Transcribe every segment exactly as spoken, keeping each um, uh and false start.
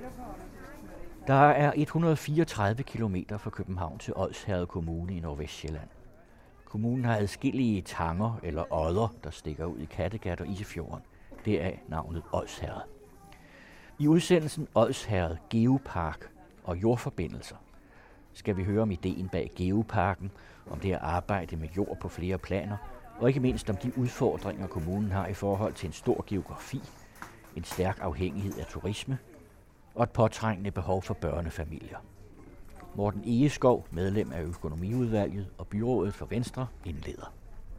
Der er et hundrede og fireogtredive kilometer fra København til Odsherred Kommune i Nordvestsjælland. Kommunen har adskillige tanger eller odder, der stikker ud i Kattegat og Isefjorden. Det er navnet Odsherred. I udsendelsen Odsherred Geopark og jordforbindelser skal vi høre om ideen bag Geoparken, om det at arbejde med jord på flere planer, og ikke mindst om de udfordringer, kommunen har i forhold til en stor geografi, en stærk afhængighed af turisme og et påtrængende behov for børnefamilier. Morten Egeskov, medlem af økonomiudvalget og byrådet for Venstre, indleder.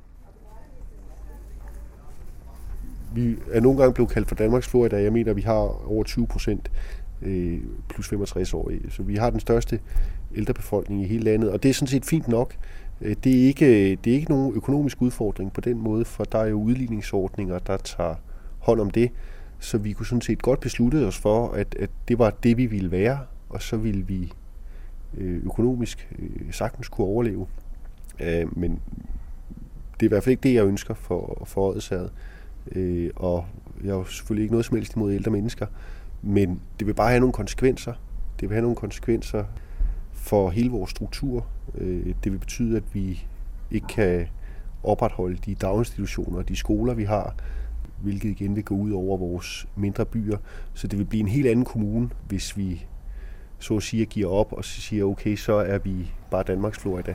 Vi er nogle gange blevet kaldt for Danmarks Florida. Jeg mener, at vi har over tyve procent plus femogtres-årige. Så vi har den største ældrebefolkning i hele landet, og det er sådan set fint nok. Det er ikke, det er ikke nogen økonomisk udfordring på den måde, for der er jo udligningsordninger, der tager hånd om det. Så vi kunne sådan set godt beslutte os for, at, at det var det, vi ville være, og så ville vi økonomisk sagtens kunne overleve. Men det er i hvert fald ikke det, jeg ønsker for, for Odsherred. Og jeg har selvfølgelig ikke noget som helst imod ældre mennesker, men det vil bare have nogle konsekvenser. Det vil have nogle konsekvenser for hele vores struktur. Det vil betyde, at vi ikke kan opretholde de daginstitutioner og de skoler, vi har, hvilket igen vil gå ud over vores mindre byer. Så det vil blive en helt anden kommune, hvis vi så at sige giver op og så siger, okay, så er vi bare Danmarks Florida.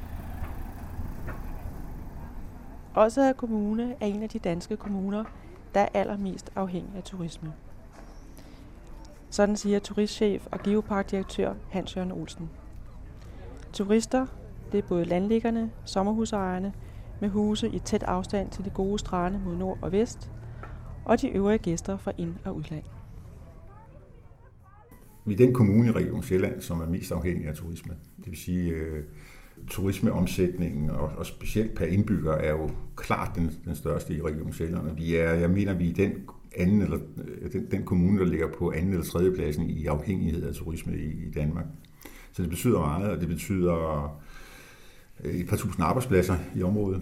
Odsherred Kommune er en af de danske kommuner, der er allermest afhængig af turisme. Sådan siger turistchef og geoparkdirektør Hans Jørgen Olsen. Turister, det er både landliggerne, sommerhusejerne, med huse i tæt afstand til de gode strande mod nord og vest, og de øvrige gæster fra ind- og udland. Vi er den kommune i Region Sjælland, som er mest afhængig af turisme. Det vil sige, øh, turismeomsætningen og, og specielt per indbygger er jo klart den, den største i Region Sjælland. Vi er, jeg mener, vi er den, anden, eller, den, den kommune, der ligger på anden eller tredje pladsen i afhængighed af turisme i, i Danmark. Så det betyder meget, og det betyder et par tusind arbejdspladser i området.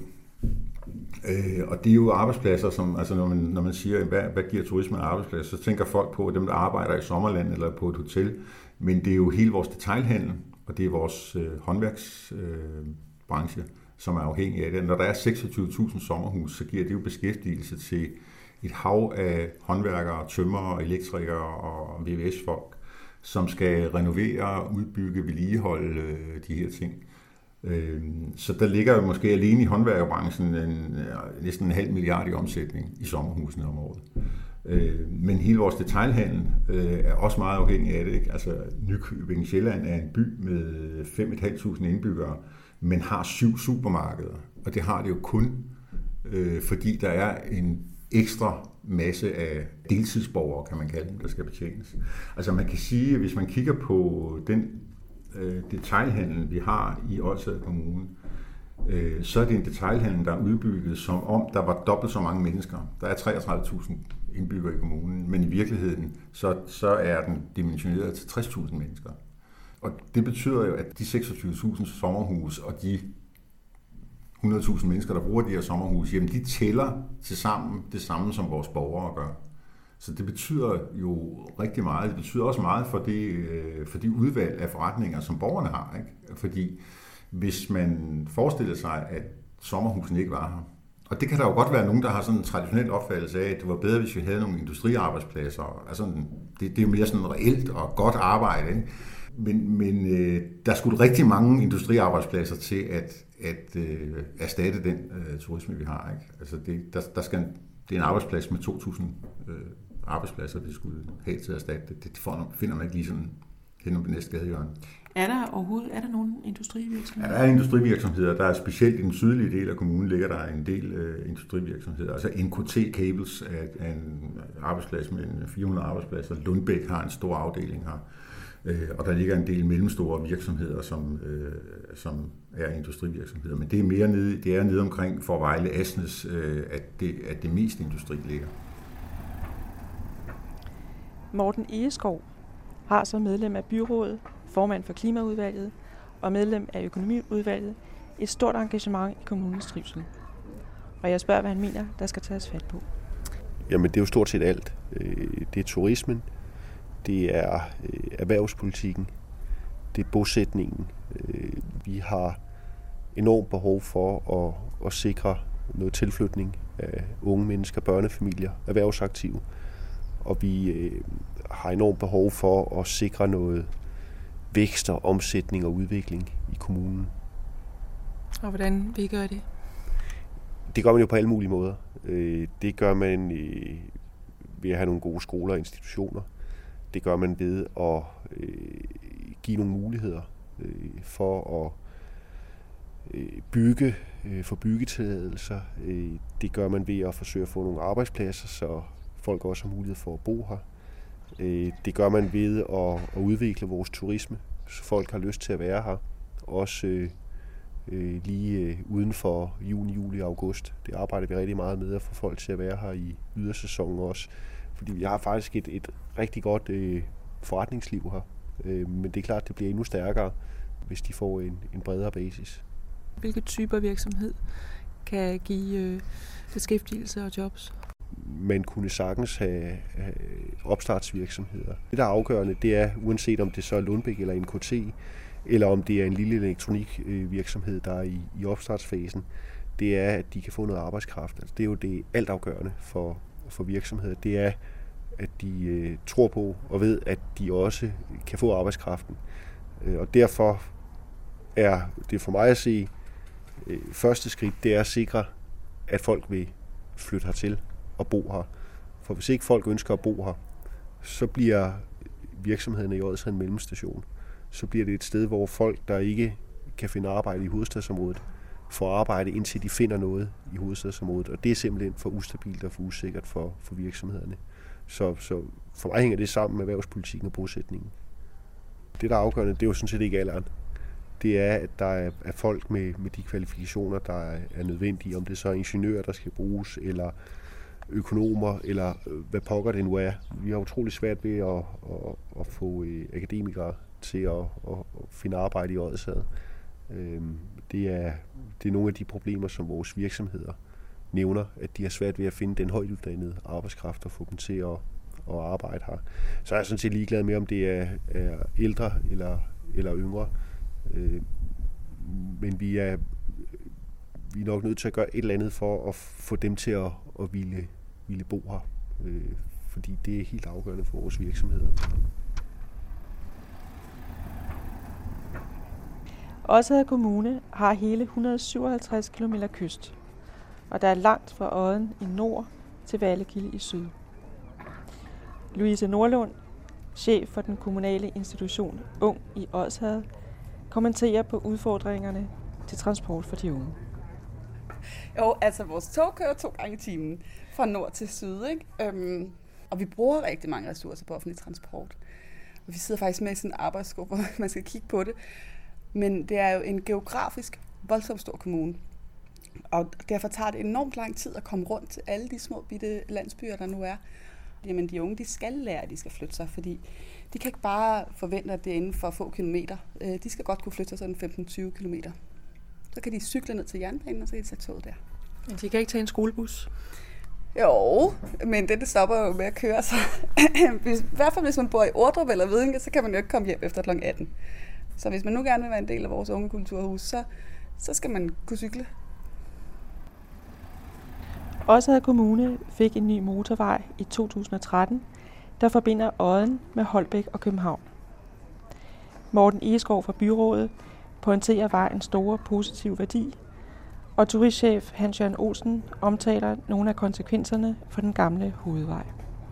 Øh, og det er jo arbejdspladser, som, altså når man, når man siger, hvad, hvad giver turisme af arbejdspladser, så tænker folk på dem, der arbejder i sommerland eller på et hotel. Men det er jo hele vores detailhandel, og det er vores øh, håndværksbranche, øh, som er afhængig af det. Når der er seksogtyve tusind sommerhus, så giver det jo beskæftigelse til et hav af håndværkere, tømrere, elektrikere og V V S-folk, som skal renovere, udbygge, vedligeholde øh, de her ting. Så der ligger jo måske alene i håndværkerbranchen en, næsten en halv milliard i omsætning i sommerhusene om året. Men hele vores detailhandel er også meget afhængig af det. Ikke? Altså Nykøbing Sjælland er en by med fem tusind fem hundrede indbyggere, men har syv supermarkeder. Og det har det jo kun, fordi der er en ekstra masse af deltidsborgere, kan man kalde dem, der skal betjenes. Altså man kan sige, hvis man kigger på den detailhandel, vi har i Odsherred Kommune, så er det en detailhandel, der er udbygget, som om der var dobbelt så mange mennesker. Der er treogtredive tusind indbyggere i kommunen, men i virkeligheden, så, så er den dimensioneret til tres tusind mennesker. Og det betyder jo, at de seksogtyve tusind sommerhus og de hundrede tusind mennesker, der bruger de her sommerhus, jamen de tæller til sammen det samme, som vores borgere gør. Så det betyder jo rigtig meget. Det betyder også meget for det, for de udvalg af forretninger, som borgerne har. Ikke? Fordi hvis man forestiller sig, at sommerhusen ikke var her, og det kan der jo godt være nogen, der har sådan en traditionel opfattelse af, at det var bedre, hvis vi havde nogle industriarbejdspladser. Altså, det, det er jo mere sådan reelt og godt arbejde. Ikke? Men, men øh, der skulle rigtig mange industriarbejdspladser til at, at øh, erstatte den øh, turisme, vi har. Ikke? Altså, det, der, der skal, det er en arbejdsplads med to tusind øh, arbejdspladser, vi skulle have til at erstatte det. Det finder man ikke lige sådan hen om det næste gadehjørne. Er der overhovedet er der nogle industrivirksomheder? Ja, der er industrivirksomheder. Der er specielt i den sydlige del af kommunen ligger der en del øh, industrivirksomheder. Altså N K T Cables er en arbejdsplads med fire hundrede arbejdspladser. Lundbæk har en stor afdeling her. Øh, og der ligger en del mellemstore virksomheder, som, øh, som er industrivirksomheder. Men det er mere nede, det er nede omkring for Vejle Asnes, øh, at, det, at det mest industri ligger. Morten Egeskov har som medlem af byrådet, formand for klimaudvalget og medlem af økonomiudvalget et stort engagement i kommunens trivsel. Og jeg spørger, hvad han mener, der skal tages fat på. Jamen det er jo stort set alt. Det er turismen, det er øh, erhvervspolitikken, det er bosætningen. Øh, vi har enormt behov for at, at sikre noget tilflytning af unge mennesker, børnefamilier, erhvervsaktive. Og vi øh, har enormt behov for at sikre noget vækst og omsætning og udvikling i kommunen. Og hvordan vi gør det? Det gør man jo på alle mulige måder. Øh, det gør man øh, ved at have nogle gode skoler og institutioner. Det gør man ved at øh, give nogle muligheder øh, for at øh, bygge, øh, få byggetilladelser. Øh, det gør man ved at forsøge at få nogle arbejdspladser, så folk også har mulighed for at bo her. Øh, det gør man ved at, at udvikle vores turisme, så folk har lyst til at være her. Også øh, øh, lige øh, uden for juni, juli og august. Det arbejder vi rigtig meget med at få folk til at være her i ydersæsonen også. Fordi vi har faktisk et, et rigtig godt øh, forretningsliv her. Øh, men det er klart, at det bliver endnu stærkere, hvis de får en, en bredere basis. Hvilke typer virksomhed kan give øh, beskæftigelse og jobs? Man kunne sagtens have, have opstartsvirksomheder. Det, der er afgørende, det er, uanset om det så er Lundbæk eller N K T, eller om det er en lille elektronikvirksomhed, der er i, i opstartsfasen, det er, at de kan få noget arbejdskraft. Altså, det er jo det altafgørende for, for virksomheder. Det er, at de øh, tror på og ved, at de også kan få arbejdskraften. Øh, og derfor er det for mig at se, øh, første skridt, det er at sikre, at folk vil flytte hertil og bo her. For hvis ikke folk ønsker at bo her, så bliver virksomhederne i Odsherred en mellemstation. Så bliver det et sted, hvor folk, der ikke kan finde arbejde i hovedstadsområdet, får arbejde, indtil de finder noget i hovedstadsområdet. Og det er simpelthen for ustabilt og for usikkert for, for virksomhederne. Så, så for mig hænger det sammen med erhvervspolitikken og bosætningen. Det, der er afgørende, det er jo sådan set ikke alderen. Det er, at der er, er folk med, med de kvalifikationer, der er, er nødvendige. Om det så er ingeniører, der skal bruges, eller økonomer, eller hvad pokker det nu er. Vi har utrolig svært ved at, at, at få øh, akademikere til at, at, at finde arbejde i Odsherred. Øhm, det, er, det er nogle af de problemer, som vores virksomheder nævner, at de har svært ved at finde den højtuddannede arbejdskraft og få dem til at, at arbejde her. Så er jeg sådan set ligeglad med, om det er, er ældre eller, eller yngre. Øh, men vi er, vi er nok nødt til at gøre et eller andet for at få dem til at, at ville, ville bo her. Øh, fordi det er helt afgørende for vores virksomheder. Odsherred Kommune har hele et hundrede og syvoghalvtreds kilometer kyst, og der er langt fra Odden i nord til Vallekilde i syd. Louise Nordlund, chef for den kommunale institution Ung i Odsherred, kommenterer på udfordringerne til transport for de unge. Jo, altså vores tog kører to gange i timen fra nord til syd, ikke? Øhm, og vi bruger rigtig mange ressourcer på offentlig transport. Og vi sidder faktisk med i sådan en arbejdsgruppe, hvor man skal kigge på det. Men det er jo en geografisk voldsomt stor kommune. Og derfor tager det enormt lang tid at komme rundt til alle de små bitte landsbyer, der nu er. Jamen de unge, de skal lære, at de skal flytte sig, fordi de kan ikke bare forvente, at det er inden for få kilometer. De skal godt kunne flytte sig sådan femten til tyve kilometer. Så kan de cykle ned til jernbanen, og så kan de tage toget der. Men de kan ikke tage en skolebus? Jo, men det, det stopper jo med at køre sig. I hvert fald hvis man bor i Ordrup eller Vedinge, så kan man jo ikke komme hjem efter klokken atten. Så hvis man nu gerne vil være en del af vores unge kulturhus, så, så skal man kunne cykle. Odsherred Kommune fik en ny motorvej i to tusind og tretten, der forbinder Odden med Holbæk og København. Morten Egeskov fra byrådet pointerer vejens store positive værdi, og turistchef Hans-Jørgen Olsen omtaler nogle af konsekvenserne for den gamle hovedvej.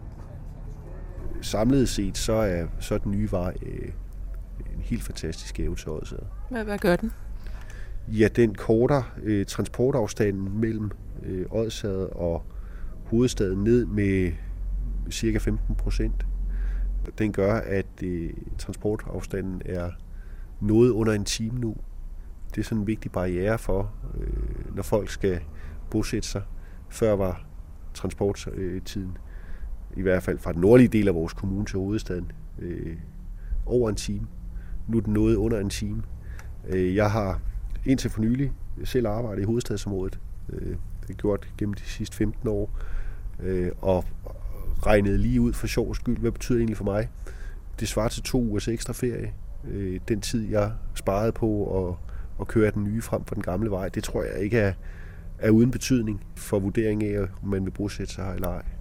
Samlet set så er, så er den nye vej øh, en helt fantastisk gave til Odsherred. Hvad, hvad gør den? Ja, den korter øh, transportafstanden mellem øh, Odsherred og hovedstaden ned med cirka femten procent. Den gør, at øh, transportafstanden er noget under en time nu. Det er sådan en vigtig barriere for, øh, når folk skal bosætte sig. Før var transporttiden, i hvert fald fra den nordlige del af vores kommune til hovedstaden, øh, over en time. Nu er den noget under en time. Øh, jeg har indtil for nylig selv arbejdet i hovedstadsområdet. Øh, det har gjort gennem de sidste femten år. Øh, og regnet lige ud for sjov skyld, hvad betyder det egentlig for mig? det svarer til to ugers ekstra ferie. Øh, den tid, jeg sparede på at, at køre den nye frem for den gamle vej, det tror jeg ikke er, er uden betydning for vurdering af, om man vil bosætte sig her eller ej.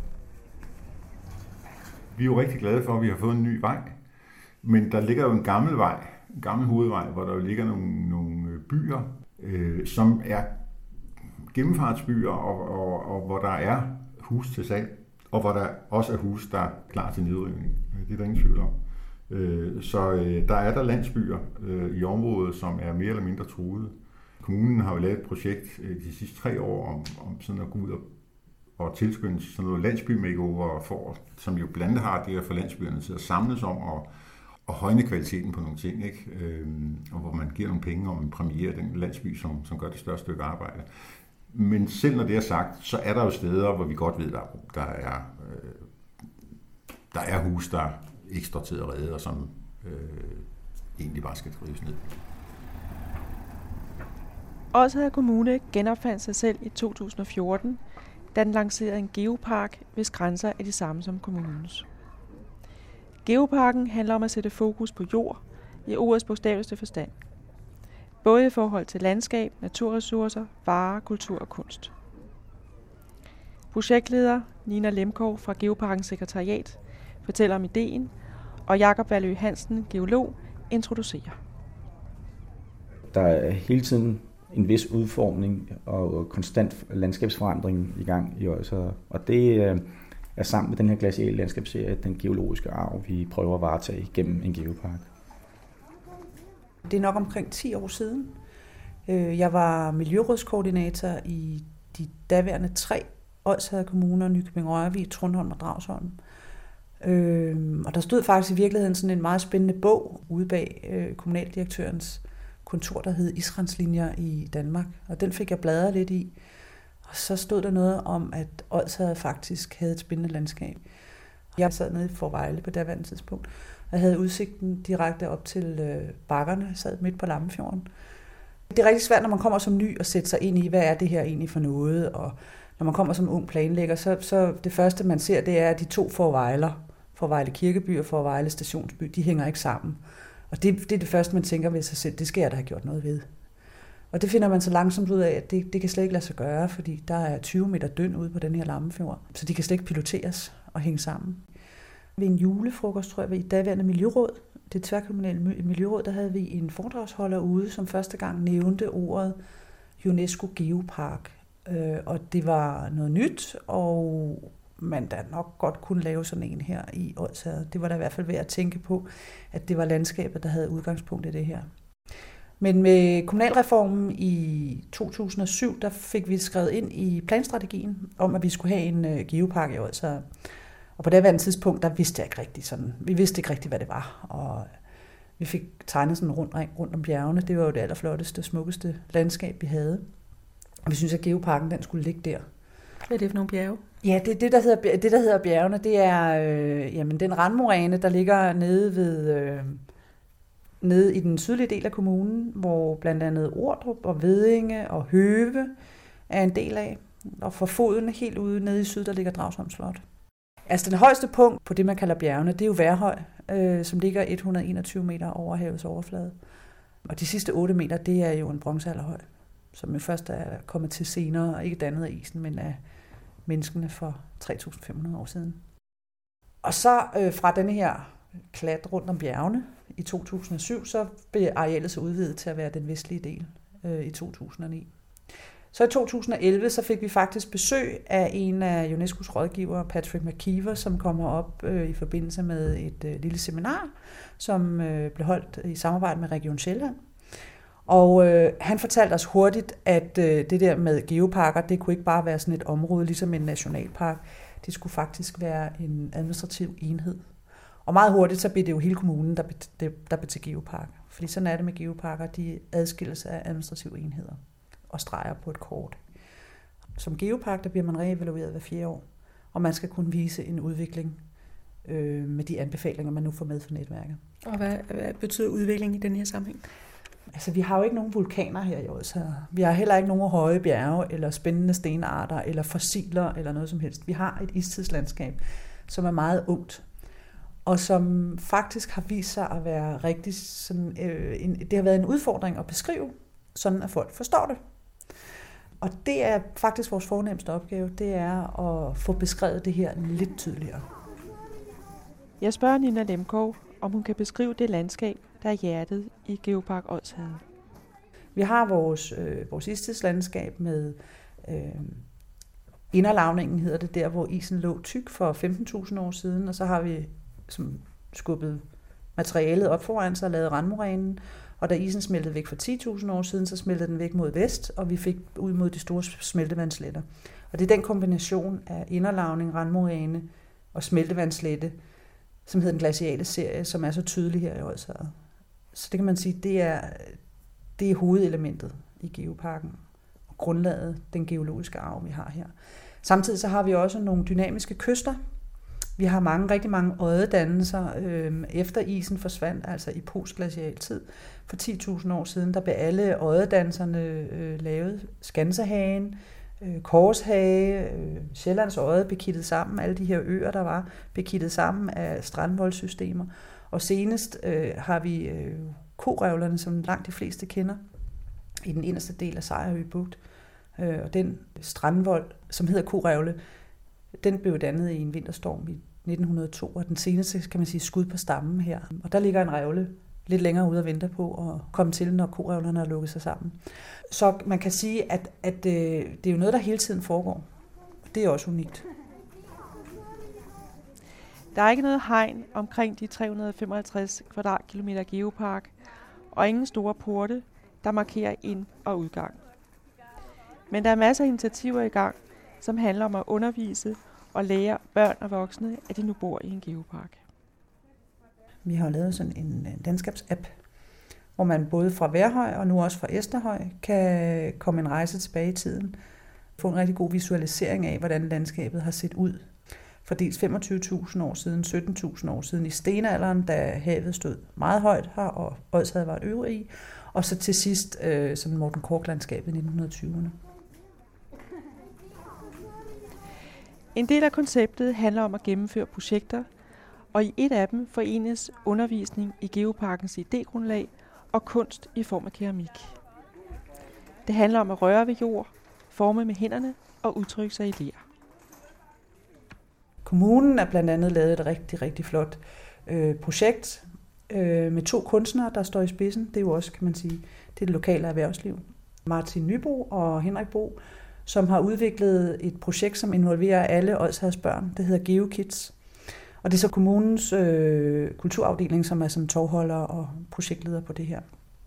Vi er jo rigtig glade for, at vi har fået en ny vej, men der ligger jo en gammel vej, en gammel hovedvej, hvor der jo ligger nogle, nogle byer, øh, som er gennemfartsbyer, og, og, og hvor der er hus til salg, og hvor der også er hus, der er klar til nedrivning. Det er der ingen tvivl om. Øh, så øh, der er der landsbyer øh, i området, som er mere eller mindre truede. Kommunen har jo lavet et projekt øh, de sidste tre år om, om sådan at gå ud og og tilskynde sådan noget landsby-makeover, for, som jo blandt andet har det her for landsbyerne til at samles om og, og højne kvaliteten på nogle ting, ikke? Øhm, og hvor man giver nogle penge og man præmierer den landsby, som, som gør det største stykke arbejde. Men selv når det er sagt, så er der jo steder, hvor vi godt ved, der, der, er, øh, der er hus, der ikke står til at redde, og som øh, egentlig bare skal drives ned. Odsherred Kommune genopfandt sig selv i to tusind og fjorten, da den lancerede en geopark, hvis grænser er de samme som kommunens. Geoparken handler om at sætte fokus på jord i ordets bogstaveligste forstand. Både i forhold til landskab, naturressourcer, varer, kultur og kunst. Projektleder Nina Lemkov fra Geoparkens sekretariat fortæller om ideen, og Jakob Valø Hansen, geolog, introducerer. Der er hele tiden en vis udformning og konstant landskabsforandring i gang i Odsherred. Og det er sammen med den her glaciale landskabsserie, den geologiske arv, vi prøver at varetage gennem en geopark. Det er nok omkring ti år siden. Jeg var miljørådskoordinator i de daværende tre Odsherred kommuner, Nykøbing Rørvig, Trundholm og Dragsholm. Og der stod faktisk i virkeligheden sådan en meget spændende bog ude bag kommunaldirektørens kontor, der hed Israelslinjer i Danmark, og den fik jeg bladret lidt i. Og så stod der noget om, at Odsherred faktisk havde et spændende landskab. Jeg sad nede i Forvejle på daværende tidspunkt, og havde udsigten direkte op til øh, bakkerne. Jeg sad midt på Lammefjorden. Det er rigtig svært, når man kommer som ny og sætte sig ind i, hvad er det her egentlig for noget, og når man kommer som ung planlægger, så, så det første, man ser, det er, at de to Forvejler, Forvejle Kirkeby og Forvejle Stationsby, de hænger ikke sammen. Og det, det er det første, man tænker ved sig selv, det skal jeg da have gjort noget ved. Og det finder man så langsomt ud af, at det, det kan slet ikke lade sig gøre, fordi der er tyve meter døn ude på den her Lammefjord, så de kan slet ikke piloteres og hænge sammen. Ved en julefrokost, tror jeg, ved i daværende miljøråd, det tværkommunale miljøråd, der havde vi en foredragsholder ude, som første gang nævnte ordet UNESCO Geopark. Og det var noget nyt, og man da nok godt kunne lave sådan en her i Odsherred. Det var da i hvert fald værd at tænke på, at det var landskabet, der havde udgangspunkt i det her. Men med kommunalreformen i to tusind og syv, der fik vi skrevet ind i planstrategien om, at vi skulle have en geopark i Odsherred. Og på det tidspunkt, der vidste jeg ikke rigtig sådan, vi vidste ikke rigtig, hvad det var. Og vi fik tegnet sådan en rundring rundt om bjergene. Det var jo det allerflotteste, smukkeste landskab, vi havde. Og vi synes, at geoparken, den skulle ligge der. Hvad er det for nogle bjerge? Ja, det, det, der hedder, det, der hedder bjergene, det er øh, jamen, den randmoræne, der ligger nede, ved, øh, nede i den sydlige del af kommunen, hvor blandt andet Ordrup og Veddinge og Høve er en del af. Og for foden helt ude nede i syd, der ligger Dragsholm Slot. Altså den højeste punkt på det, man kalder bjergene, det er jo Værhøj, øh, som ligger et hundrede og enogtyve meter over havets overflade. Og de sidste otte meter, det er jo en bronzealderhøj, som jo først er kommet til senere, og ikke dannet af isen, men af menneskene for tre tusind fem hundrede år siden. Og så øh, fra denne her klat rundt om bjergene i to tusind og syv, så blev arealet så udvidet til at være den vestlige del øh, i to tusind og ni. Så i to tusind og elleve, så fik vi faktisk besøg af en af UNESCO's rådgivere, Patrick McKeever, som kommer op øh, i forbindelse med et øh, lille seminar, som øh, blev holdt i samarbejde med Region Sjælland. Og øh, han fortalte os hurtigt, at øh, det der med geoparker, det kunne ikke bare være sådan et område, ligesom en nationalpark. Det skulle faktisk være en administrativ enhed. Og meget hurtigt, så blev det jo hele kommunen, der blev, der blev til geopark. Fordi sådan er det med geoparker, de adskilles af administrative enheder og streger på et kort. Som geopark, der bliver man reevalueret hver fjerde år, og man skal kunne vise en udvikling øh, med de anbefalinger, man nu får med fra netværket. Og hvad, hvad betyder udvikling i den her sammenhæng? Altså, vi har jo ikke nogen vulkaner her i Odsherred. Vi har heller ikke nogen høje bjerge, eller spændende stenarter, eller fossiler, eller noget som helst. Vi har et istidslandskab, som er meget ungt. og som faktisk har vist sig at være rigtig sådan, øh, en, det har været en udfordring at beskrive, sådan at folk forstår det. Og det er faktisk vores fornemmeste opgave, det er at få beskrevet det her lidt tydeligere. Jeg spørger Nina Lemkov, om hun kan beskrive det landskab, der er hjertet i Geopark Odsherred. Vi har vores, øh, vores istidslandskab med øh, inderlavningen, hedder det, der hvor isen lå tyk for femten tusind år siden, og så har vi som skubbet materialet op foran sig og lavet randmorænen, og da isen smeltede væk for ti tusind år siden, så smeltede den væk mod vest, og vi fik ud mod de store smeltevandssletter. Og det er den kombination af inderlavning, randmoræne og smeltevandslette, som hedder den glaciale serie, som er så tydelig her i Odsherred. Så det kan man sige, det er, det er hovedelementet i geoparken, og grundlaget, den geologiske arv, vi har her. Samtidig så har vi også nogle dynamiske kyster. Vi har mange, rigtig mange oddedannelser øh, efter isen forsvandt, altså i postglacial tid. For ti tusind år siden, der blev alle oddedanserne øh, lavet. Skansehagen, øh, Korshage, øh, Sjællands Odde blev kittet sammen. Alle de her øer, der var, blev kittet sammen af strandvoldssystemer. Og senest øh, har vi øh, korevlerne, som langt de fleste kender, i den inderste del af Sejerø Bugt. Øh, og den strandvold, som hedder korevle, den blev dannet i en vinterstorm i nitten hundrede og to, og den seneste, kan man sige, skud på stammen her. Og der ligger en revle lidt længere ude og venter på at komme til, når korevlerne har lukket sig sammen. Så man kan sige, at, at øh, det er jo noget, der hele tiden foregår. Det er også unikt. Der er ikke noget hegn omkring de tre hundrede og femoghalvtreds kvadratkilometer geopark, og ingen store porte, der markerer ind- og udgang. Men der er masser af initiativer i gang, som handler om at undervise og lære børn og voksne, at de nu bor i en geopark. Vi har lavet sådan en landskabsapp, hvor man både fra Værhøj og nu også fra Esterhøj kan komme en rejse tilbage i tiden. Få en rigtig god visualisering af, hvordan landskabet har set ud. For dels femogtyve tusind år siden, sytten tusind år siden i stenalderen, da havet stod meget højt her, og Odsherred var et øvrig, og så til sidst øh, som Morten Korch-landskabet i nitten tyverne. En del af konceptet handler om at gennemføre projekter, og i et af dem forenes undervisning i geoparkens idégrundlag og kunst i form af keramik. Det handler om at røre ved jord, forme med hænderne og udtrykke sig i ler. Kommunen er blandt andet lavet et rigtig, rigtig flot øh, projekt øh, med to kunstnere, der står i spidsen. Det er jo også, kan man sige, det er det lokale erhvervsliv. Martin Nybo og Henrik Bo, som har udviklet et projekt, som involverer alle Odsherreds børn. Det hedder GeoKids. Og det er så kommunens øh, kulturafdeling, som er som tovholder og projektleder på det her.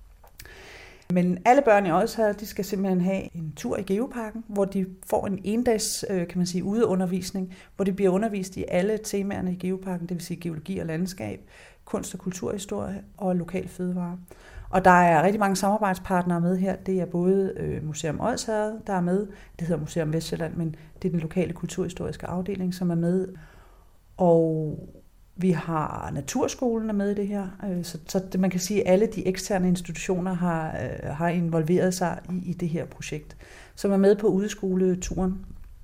Men alle børn i Odsherred, de skal simpelthen have en tur i geoparken, hvor de får en endags, øh, kan man sige, udeundervisning, hvor de bliver undervist i alle temaerne i geoparken, det vil sige geologi og landskab, kunst og kulturhistorie og lokal fødevare. Og der er rigtig mange samarbejdspartnere med her. Det er både øh, Museum Odsherred, der er med. Det hedder Museum Vestsjælland, men det er den lokale kulturhistoriske afdeling, som er med. Og vi har Naturskolen er med i det her. Så, så det, man kan sige, at alle de eksterne institutioner har, øh, har involveret sig i, i det her projekt, som er med på udeskoleturen.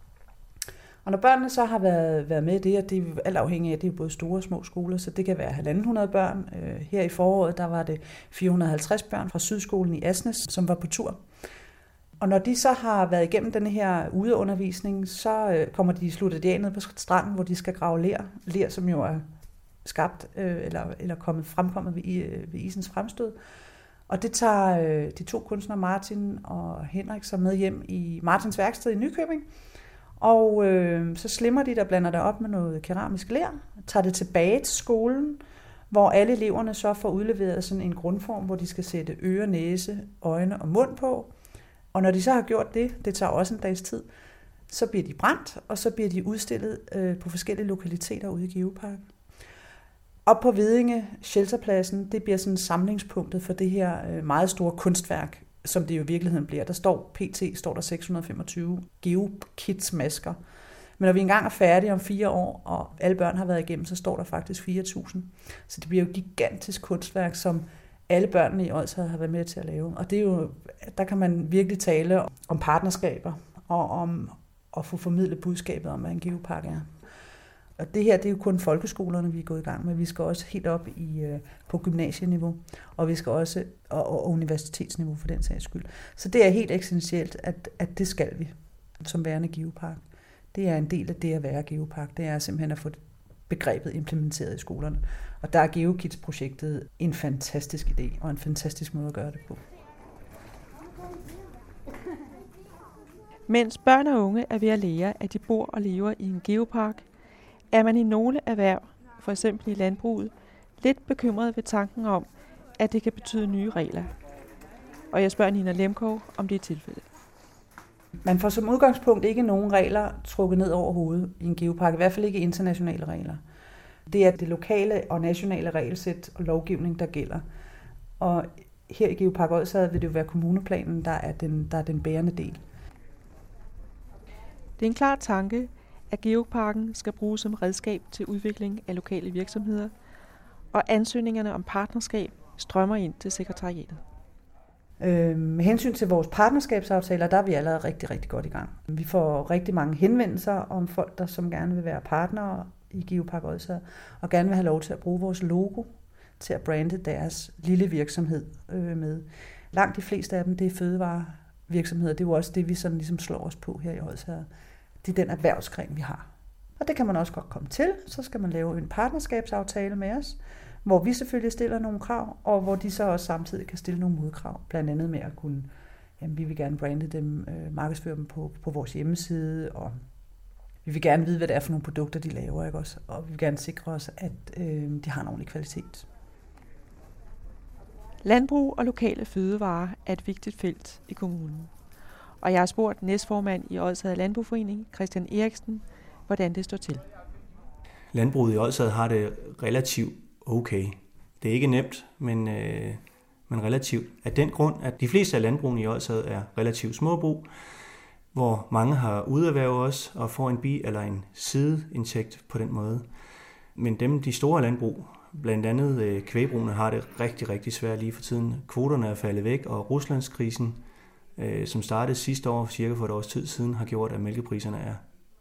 Og når børnene så har været, været med i det, og det er alt afhængigt af, det er både store og små skoler, så det kan være halvanden hundrede børn. Her i foråret, der var det fire hundrede og halvtreds børn fra Sydskolen i Asnes, som var på tur. Og når de så har været igennem denne her udeundervisning, så kommer de sluttet af ned på stranden, hvor de skal grave ler. Ler, som jo er skabt eller, eller kommet fremkommet ved, ved isens fremstød. Og det tager de to kunstnere, Martin og Henrik, så med hjem i Martins værksted i Nykøbing. Og øh, så slimmer de der, blander det op med noget keramisk ler, tager det tilbage til skolen, hvor alle eleverne så får udleveret sådan en grundform, hvor de skal sætte øre, næse, øjne og mund på. Og når de så har gjort det, det tager også en dags tid, så bliver de brændt, og så bliver de udstillet øh, på forskellige lokaliteter ude i Geoparken. Op på Vedinge, Shelterpladsen, det bliver sådan samlingspunktet for det her øh, meget store kunstværk, som det jo i virkeligheden bliver. Der står P T, står der seks hundrede og femogtyve GeoKids-masker. Men når vi engang er færdige om fire år, og alle børn har været igennem, så står der faktisk fire tusind. Så det bliver jo et gigantisk kunstværk, som alle børnene i Odsherred har været med til at lave. Og det er jo, der kan man virkelig tale om partnerskaber, og om at få formidlet budskabet om, hvad en geopark er. Og det her, det er jo kun folkeskolerne, vi er gået i gang med. Vi skal også helt op i, på gymnasieniveau, og vi skal også og, og universitetsniveau for den sags skyld. Så det er helt essentielt, at, at det skal vi som værende geopark. Det er en del af det at være geopark. Det er simpelthen at få begrebet implementeret i skolerne. Og der er GeoKids-projektet en fantastisk idé og en fantastisk måde at gøre det på. Mens børn og unge er ved at lære, at de bor og lever i en geopark, er man i nogle erhverv, for eksempel i landbruget, lidt bekymret ved tanken om, at det kan betyde nye regler. Og jeg spørger Nina Lemkov, om det er tilfældet. Man får som udgangspunkt ikke nogen regler trukket ned over hovedet i en geopark, i hvert fald ikke internationale regler. Det er det lokale og nationale regelsæt og lovgivning, der gælder. Og her i Geopark Odsherred vil det jo være kommuneplanen, der er den, der er den bærende del. Det er en klar tanke, at geoparken skal bruges som redskab til udvikling af lokale virksomheder, og ansøgningerne om partnerskab strømmer ind til sekretariatet. Øh, med hensyn til vores partnerskabsaftaler, der er vi allerede rigtig, rigtig godt i gang. Vi får rigtig mange henvendelser om folk, der som gerne vil være partnere i Geopark Odsherred, og gerne vil have lov til at bruge vores logo til at brande deres lille virksomhed øh, med. Langt de fleste af dem, det er fødevarevirksomheder. Det er jo også det, vi sådan ligesom slår os på her i Odsherred. Det er den erhvervsgren, vi har. Og det kan man også godt komme til. Så skal man lave en partnerskabsaftale med os, hvor vi selvfølgelig stiller nogle krav, og hvor de så også samtidig kan stille nogle modkrav. Blandt andet med at kunne, jamen, vi vil gerne brande dem, øh, markedsføre dem på, på vores hjemmeside, og vi vil gerne vide, hvad det er for nogle produkter, de laver, ikke også? Og vi vil gerne sikre os, at øh, de har en ordentlig kvalitet. Landbrug og lokale fødevarer er et vigtigt felt i kommunen. Og jeg har spurgt næstformand i Odsherred Landboforening, Christian Eriksen, hvordan det står til. Landbruget i Odsherred har det relativt okay. Det er ikke nemt, men, øh, men relativt. Af den grund, at de fleste af landbrugene i Odsherred er relativt små brug, hvor mange har uderhverv også og får en bi- eller en sideindtægt på den måde. Men dem, de store landbrug, blandt andet øh, kvægbrugene, har det rigtig, rigtig svært lige for tiden. Kvoterne er faldet væk, og Ruslandskrisen, øh, som startede sidste år, cirka for et års tid siden, har gjort, at mælkepriserne er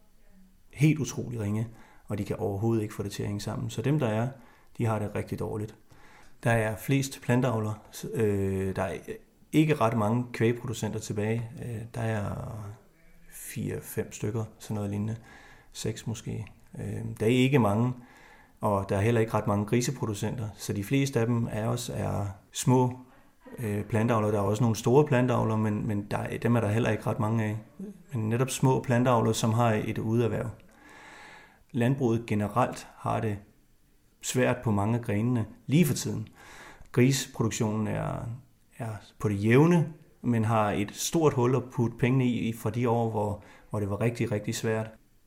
helt utrolig ringe, og de kan overhovedet ikke få det til at hænge sammen. Så dem, der er, de har det rigtig dårligt. Der er flest plantavler. Øh, der er ikke ret mange kvægproducenter tilbage. Øh, der er fire fem stykker, sådan noget lignende. Seks måske. Øh, der er ikke mange, og der er heller ikke ret mange griseproducenter. Så de fleste af dem er også er små øh, plantavler. Der er også nogle store plantavler, men, men der, dem er der heller ikke ret mange af. Men netop små plantavler, som har et uderhverv. Landbruget generelt har det svært på mange af grenene lige for tiden. Grisproduktionen er, er på det jævne, men har et stort hul at putte pengene i fra de år, hvor, hvor det var rigtig, rigtig svært.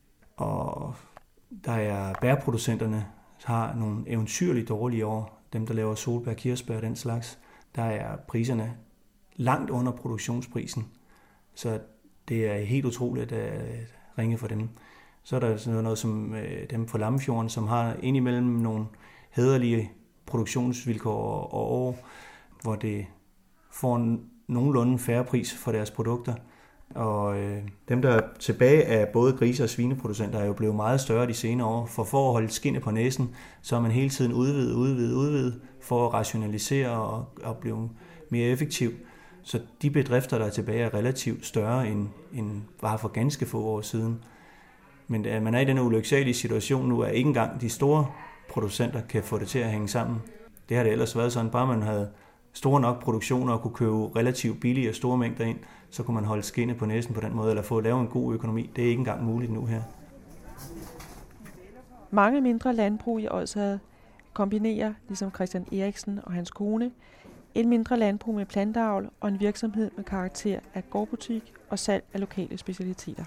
Og der er bærproducenterne, har nogle eventyrligt dårlige år. Dem, der laver solbær, kirsebær og den slags, der er priserne langt under produktionsprisen. Så det er helt utroligt at ringe for dem. Så er der sådan noget som øh, dem fra Lammefjorden, som har indimellem nogle hæderlige produktionsvilkår og år, hvor det får en nogenlunde færre pris for deres produkter. Og øh, dem, der er tilbage af både grise- og svineproducenter, er jo blevet meget større de senere år. For for at holde skindet på næsen, så er man hele tiden udvidet, udvidet, udvidet for at rationalisere og, og blive mere effektiv. Så de bedrifter, der er tilbage, er relativt større end, end bare for ganske få år siden. Men man er i den ulyksalige situation nu, at ikke engang de store producenter kan få det til at hænge sammen. Det har det ellers været sådan, bare man havde store nok produktioner og kunne købe relativt billige og store mængder ind, så kunne man holde skindet på næsen på den måde, eller få lavet en god økonomi. Det er ikke engang muligt nu her. Mange mindre landbrug i Odsherred kombinerer, ligesom Christian Eriksen og hans kone, et mindre landbrug med planteavl og en virksomhed med karakter af gårdbutik og salg af lokale specialiteter.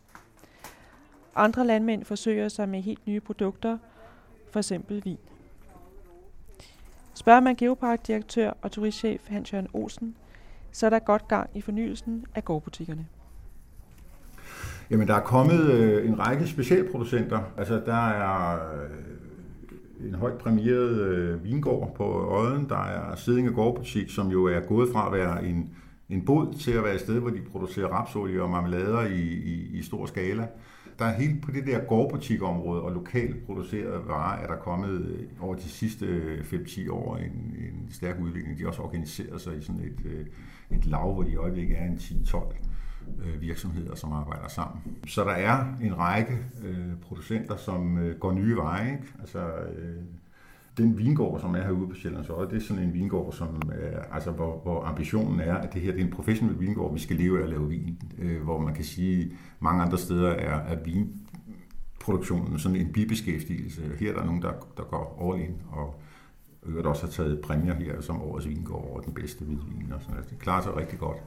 Andre landmænd forsøger sig med helt nye produkter, for eksempel vin. Spørger man geoparkdirektør og turistchef Hans-Jørgen Olsen, så er der godt gang i fornyelsen af gårdbutikkerne. Jamen, der er kommet øh, en række specialproducenter. Altså, der er øh, en højt præmieret øh, vingård på Odden. Der er Siddinge Gårdbutik, som jo er gået fra at være en, en bod til at være et sted, hvor de producerer rapsolie og marmelader i, i, i stor skala. der er helt på det der gårdbutikområde og lokalt producerede varer, er der kommet over de sidste fem til ti år en, en stærk udvikling. De har også organiseret sig i sådan et, et lav, hvor de i øjeblikket er en ti til tolv virksomheder, som arbejder sammen. Så der er en række øh, producenter, som øh, går nye veje. Ikke? Altså, øh, den vingård, som er herude på Sjællands Odde, det er sådan en vingård, som, øh, altså, hvor, hvor ambitionen er, at det her det er en professionel vingård, vi skal leve af at lave vin. Øh, hvor man kan sige, at mange andre steder er, er vinproduktionen sådan en bibeskæftigelse. Her er der nogen, der, der går all in, og øvrigt også har taget præmier her som årets vingård over den bedste hvidvin. Og sådan. Altså, det klarer sig rigtig godt.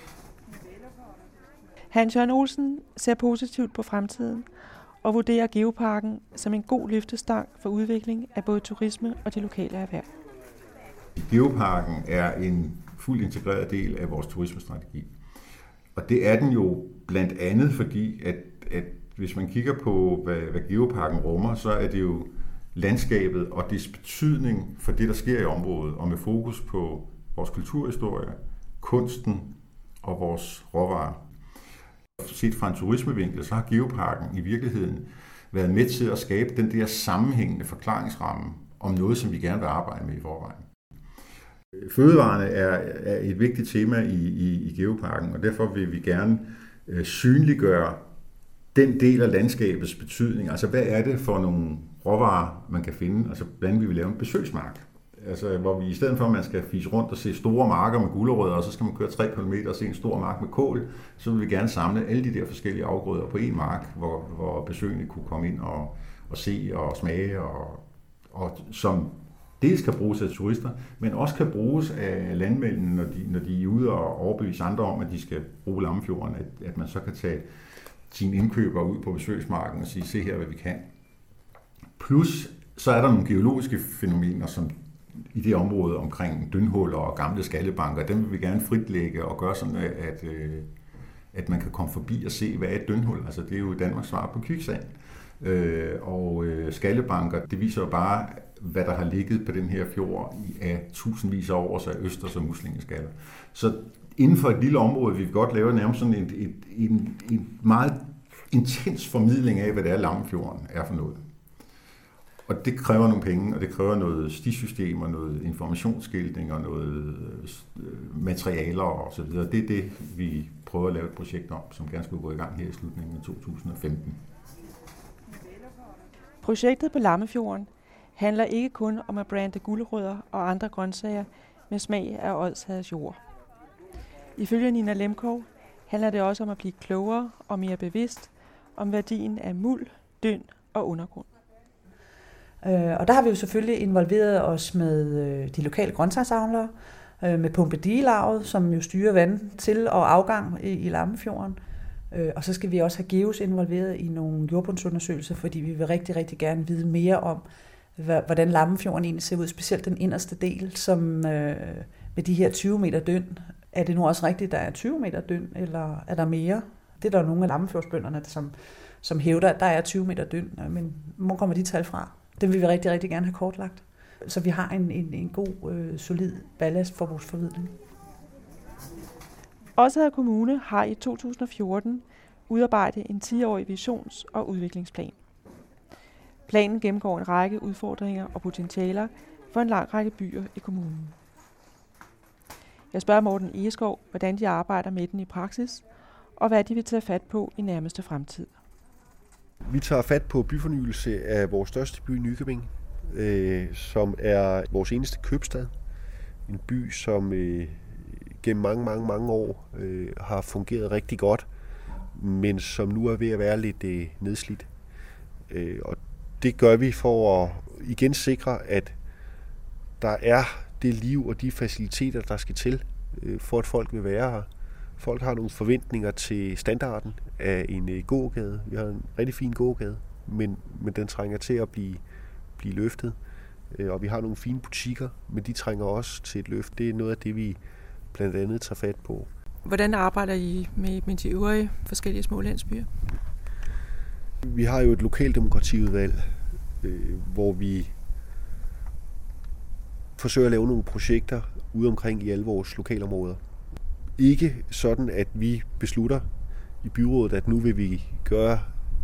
Hans Jørgen Olsen ser positivt på fremtiden og vurderer Geoparken som en god løftestang for udvikling af både turisme og de lokale erhverv. Geoparken er en fuldt integreret del af vores turismestrategi. Og det er den jo blandt andet, fordi at, at hvis man kigger på, hvad, hvad Geoparken rummer, så er det jo landskabet og dets betydning for det, der sker i området, og med fokus på vores kulturhistorie, kunsten og vores råvarer. Set fra en turismevinkel, så har Geoparken i virkeligheden været med til at skabe den der sammenhængende forklaringsramme om noget, som vi gerne vil arbejde med i forvejen. Fødevarene er, er et vigtigt tema i, i, i Geoparken, og derfor vil vi gerne øh, synliggøre den del af landskabets betydning. Altså, hvad er det for nogle råvarer, man kan finde? Altså, hvordan vi vil lave en besøgsmark. Altså, hvor vi i stedet for, at man skal fise rundt og se store marker med gulerødder, og så skal man køre tre kilometer og se en stor mark med kål, så vil vi gerne samle alle de der forskellige afgrøder på en mark, hvor, hvor besøgende kunne komme ind og, og se og smage, og, og som dels kan bruges af turister, men også kan bruges af landmændene, når de, når de er ude og overbevise andre om, at de skal bruge Lammefjorden, at, at man så kan tage sine indkøber ud på besøgsmarken og sige, se her, hvad vi kan. Plus, så er der nogle geologiske fænomener, som i det område omkring dyndhuller og gamle skallebanker, dem vil vi gerne fritlægge og gøre sådan, at, at man kan komme forbi og se, hvad er et dyndhul. Altså, det er jo Danmarks svar på kviksand. Og skallebanker, det viser jo bare, hvad der har ligget på den her fjord af tusindvis af år, så er østers og muslingeskaller. Så inden for et lille område, vi godt lave nærmest sådan en, en, en, en meget intens formidling af, hvad det er, Lammefjorden er for noget. Og det kræver nogle penge, og det kræver noget stisystem og noget informationsskiltning og noget materialer og så videre. Det er det, vi prøver at lave et projekt om, som gerne skulle gå i gang her i slutningen af to tusind og femten. Projektet på Lammefjorden handler ikke kun om at brande gulerødder og andre grøntsager med smag af Odshedets jord. Ifølge Nina Lemkov handler det også om at blive klogere og mere bevidst om værdien af muld, dynd og undergrund. Og der har vi jo selvfølgelig involveret os med de lokale grøntsagsavlere, med pumpedigelarvet, som jo styrer vand til og afgang i, i Lammefjorden. Og så skal vi også have Geos involveret i nogle jordbundsundersøgelser, fordi vi vil rigtig, rigtig gerne vide mere om, hvordan Lammefjorden egentlig ser ud, specielt den inderste del, som med de her tyve meter dynd. Er det nu også rigtigt, der er tyve meter dynd, eller er der mere? Det er der nogle af Lammefjordsbønderne, som, som hævder, at der er tyve meter dynd, men hvor kommer de tal fra? Det vil vi rigtig, rigtig gerne have kortlagt, så vi har en, en, en god, øh, solid ballast for vores formidling. Odshede Kommune har i to tusind og fjorten udarbejdet en ti-årig visions- og udviklingsplan. Planen gennemgår en række udfordringer og potentialer for en lang række byer i kommunen. Jeg spørger Morten Egeskov, hvordan de arbejder med den i praksis, og hvad de vil tage fat på i nærmeste fremtid. Vi tager fat på byfornyelse af vores største by, Nykøbing, øh, som er vores eneste købstad. En by, som øh, gennem mange, mange, mange år øh, har fungeret rigtig godt, men som nu er ved at være lidt øh, nedslidt. Øh, og det gør vi for at igen sikre, at der er det liv og de faciliteter, der skal til, øh, for at folk vil være her. Folk har nogle forventninger til standarden af en øh, gågade. Vi har en rigtig fin gågade, men, men den trænger til at blive, blive løftet. Øh, og vi har nogle fine butikker, men de trænger også til et løft. Det er noget af det, vi blandt andet tager fat på. Hvordan arbejder I med, med de øvrige forskellige små landsbyer? Vi har jo et lokaldemokratiudvalg, øh, hvor vi forsøger at lave nogle projekter ude omkring i alle vores lokalområder. Ikke sådan, at vi beslutter i byrådet, at nu vil vi gøre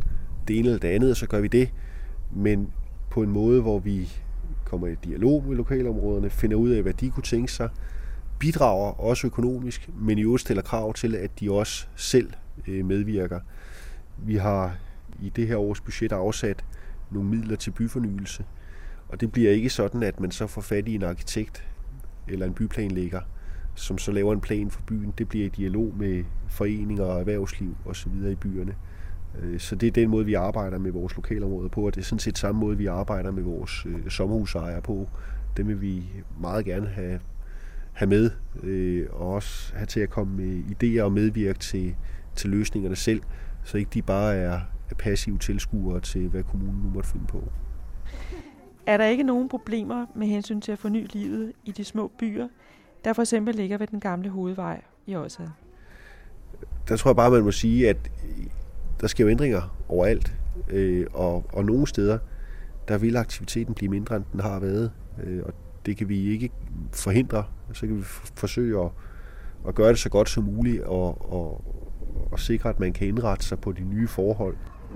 det ene eller det andet, og så gør vi det. Men på en måde, hvor vi kommer i dialog med lokalområderne, finder ud af, hvad de kunne tænke sig, bidrager også økonomisk, men i øvrigt stiller krav til, at de også selv medvirker. Vi har i det her års budget afsat nogle midler til byfornyelse, og det bliver ikke sådan, at man så får fat i en arkitekt eller en byplanlægger, som så laver en plan for byen. Det bliver i dialog med foreninger og erhvervsliv osv. i byerne. Så det er den måde, vi arbejder med vores lokalområder på, og det er sådan set samme måde, vi arbejder med vores sommerhusejere på. Dem vil vi meget gerne have, have med, og også have til at komme med idéer og medvirke til, til løsningerne selv, så ikke de bare er passive tilskuere til, hvad kommunen nu måtte finde på. Er der ikke nogen problemer med hensyn til at forny livet i de små byer, der for eksempel ligger ved den gamle hovedvej i Odsherred? Der tror jeg bare, man må sige, at der sker jo ændringer overalt, og, og nogle steder, der vil aktiviteten blive mindre, end den har været, og det kan vi ikke forhindre. Så kan vi forsøge at, at gøre det så godt som muligt, og, og, og sikre, at man kan indrette sig på de nye forhold.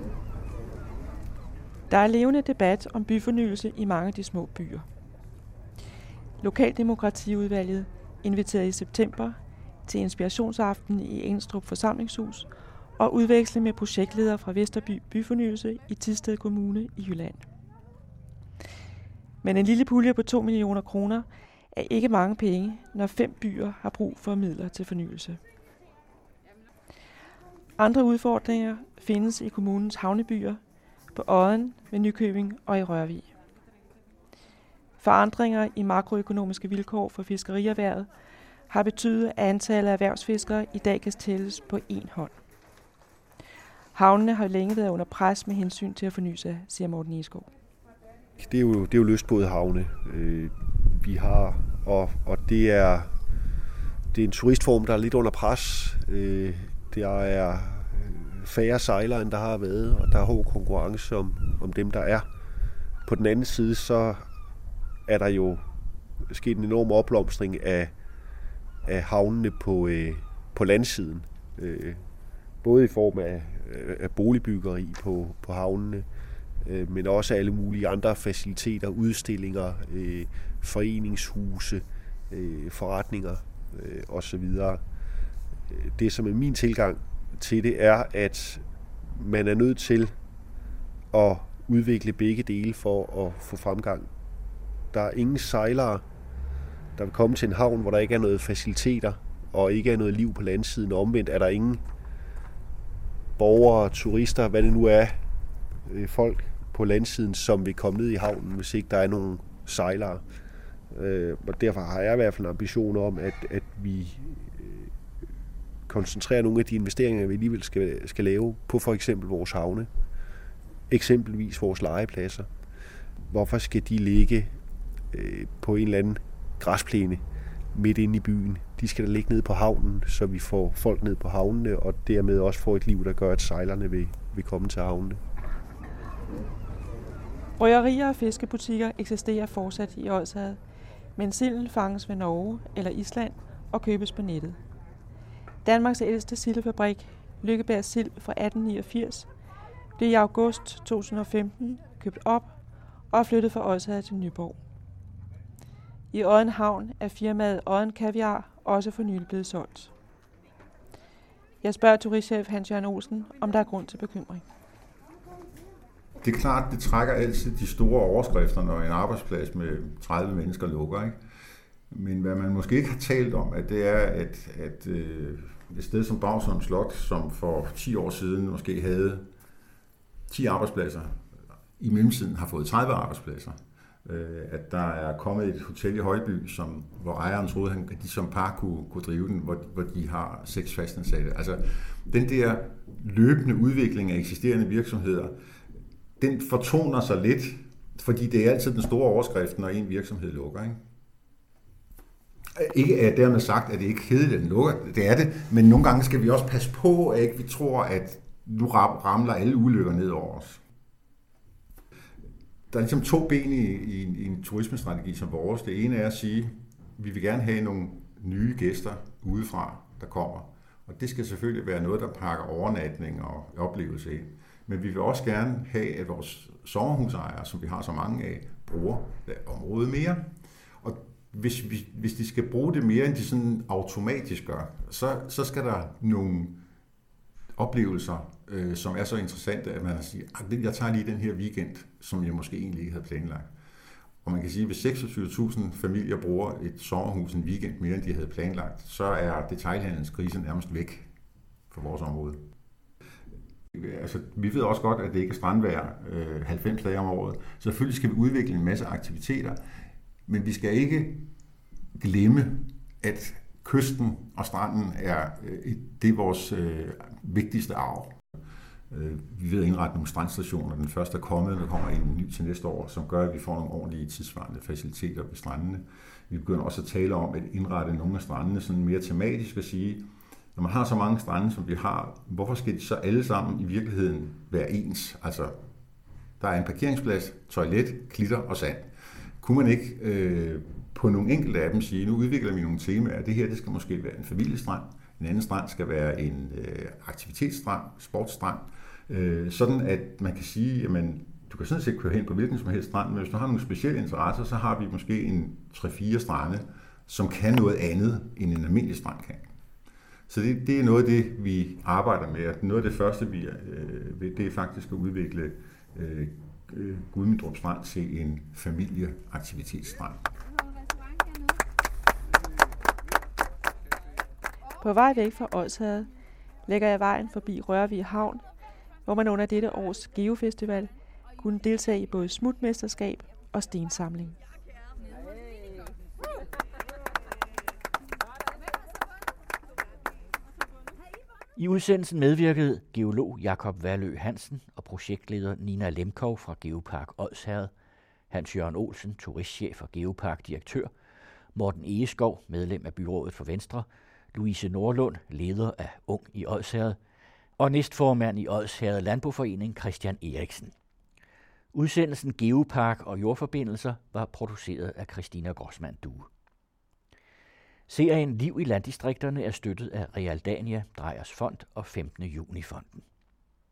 Der er levende debat om byfornyelse i mange af de små byer. Lokaldemokratiudvalget inviterede i september til inspirationsaften i Enstrup Forsamlingshus og udveksle med projektledere fra Vesterby Byfornyelse i Thisted Kommune i Jylland. Men en lille pulje på to millioner kroner er ikke mange penge, når fem byer har brug for midler til fornyelse. Andre udfordringer findes i kommunens havnebyer, på Odden, ved Nykøbing og i Rørvig. Forandringer i makroøkonomiske vilkår for fiskerierhvervet har betydet, at antallet af erhvervsfiskere i dag kan tælles på én hånd. Havnene har længe været under pres med hensyn til at forny sig, siger Morten Egeskov. Det er jo, det er jo lystbådehavne, øh, vi har, og, og det, er, det er en turistform, der er lidt under pres. Øh, der er færre sejlere, end der har været, og der er hård konkurrence om, om dem, der er. På den anden side, så er der jo sket en enorm opblomstring af, af havnene på, øh, på landsiden. Øh, både i form af, af boligbyggeri på, på havnene, øh, men også alle mulige andre faciliteter, udstillinger, øh, foreningshuse, øh, forretninger øh, osv. Det, som er min tilgang til det, er, at man er nødt til at udvikle begge dele for at få fremgang. Der er ingen sejlere, der vil komme til en havn, hvor der ikke er noget faciliteter og ikke er noget liv på landsiden. Omvendt er der ingen borgere, turister, hvad det nu er, folk på landsiden, som vil komme ned i havnen, hvis ikke der er nogen sejlere. Og derfor har jeg i hvert fald en ambition om, at, at vi koncentrerer nogle af de investeringer, vi alligevel skal, skal lave på for eksempel vores havne. Eksempelvis vores legepladser. Hvorfor skal de ligge øh, på en eller anden græsplæne midt inde i byen? De skal da ligge nede på havnen, så vi får folk ned på havnene, og dermed også får et liv, der gør, at sejlerne vil, vil komme til havnene. Røgerier og fiskebutikker eksisterer fortsat i Odsherred, men silden fanges ved Norge eller Island og købes på nettet. Danmarks ældste sildefabrik, Lykkeberg Sild fra atten niogfirs, blev i august to tusind og femten købt op og flyttet fra Odsherred til Nyborg. I Odden Havn er firmaet Odden Kaviar også for nylig blevet solgt. Jeg spørger turistchef Hans-Jørgen Olsen, om der er grund til bekymring. Det er klart, det trækker altid de store overskrifter, når en arbejdsplads med tredive mennesker lukker, ikke? Men hvad man måske ikke har talt om, at det er, at, at øh, et sted som Dragsholm Slot, som for ti år siden måske havde ti arbejdspladser, i mellemtiden har fået tredive arbejdspladser. Øh, at der er kommet et hotel i Højby, som, hvor ejeren troede, at de som par kunne, kunne drive den, hvor, hvor de har seks fastansatte. Altså, den der løbende udvikling af eksisterende virksomheder, den fortoner sig lidt, fordi det er altid den store overskrift, når en virksomhed lukker, ikke? Ikke er dermed sagt, at det ikke er kedeligt, at den lukker. Det er det, men nogle gange skal vi også passe på, at ikke vi tror, at nu ramler alle ulykker ned over os. Der er ligesom to ben i, i, en, i en turismestrategi som vores. Det ene er at sige, at vi vil gerne have nogle nye gæster udefra, der kommer. Og det skal selvfølgelig være noget, der pakker overnatning og oplevelse ind. Men vi vil også gerne have, at vores sommerhusejere, som vi har så mange af, bruger området mere. Og hvis, hvis, hvis de skal bruge det mere, end de sådan automatisk gør, så, så skal der nogle oplevelser, øh, som er så interessante, at man siger, at jeg tager lige den her weekend, som jeg måske egentlig ikke havde planlagt. Og man kan sige, at hvis seksogtyve tusind familier bruger et sommerhus en weekend mere, end de havde planlagt, så er detailhandelens krise nærmest væk fra vores område. Altså, vi ved også godt, at det ikke er strandvejr øh, halvfems dage om året. Så selvfølgelig skal vi udvikle en masse aktiviteter, men vi skal ikke glemme, at kysten og stranden er øh, det er vores øh, vigtigste arv. Øh, vi ved at indrette nogle strandstationer. Den første er kommet, der kommer en ny til næste år, som gør, at vi får nogle ordentlige tidsvarende faciliteter ved strandene. Vi begynder også at tale om at indrette nogle af strandene sådan mere tematisk og sige, når man har så mange strande, som vi har, hvorfor skal de så alle sammen i virkeligheden være ens? Altså, der er en parkeringsplads, toilet, klitter og sand. Kunne man ikke øh, på nogle enkelte af dem sige, nu udvikler vi nogle temaer, det her det skal måske være en familiestrand, en anden strand skal være en øh, aktivitetsstrand, sportsstrand, øh, sådan at man kan sige, jamen, du kan sådan set køre hen på hvilken som helst strand, men hvis du har nogle specielle interesser, så har vi måske en tre fire strande, som kan noget andet, end en almindelig strand kan. Så det, det er noget af det, vi arbejder med. Noget af det første, vi øh, vil, det er faktisk at udvikle øh, Gudmindrup Strand til en familieaktivitetsstrand. På vej væk fra Odsherred lægger jeg vejen forbi Rørvig Havn, hvor man under dette års Geofestival kunne deltage i både smutmesterskab og stensamling. I udsendelsen medvirkede geolog Jakob Valø Hansen og projektleder Nina Lemkov fra Geopark Odsherred, Hans Jørgen Olsen, turistchef og Geopark direktør, Morten Egeskov, medlem af byrådet for Venstre, Louise Nordlund, leder af Ung i Odsherred, og næstformand i Odsherred Landboforening, Christian Eriksen. Udsendelsen Geopark og jordforbindelser var produceret af Christina Grossmann Due. Serien Liv i landdistrikterne er støttet af Realdania, Drejers Fond og femtende juni Fonden.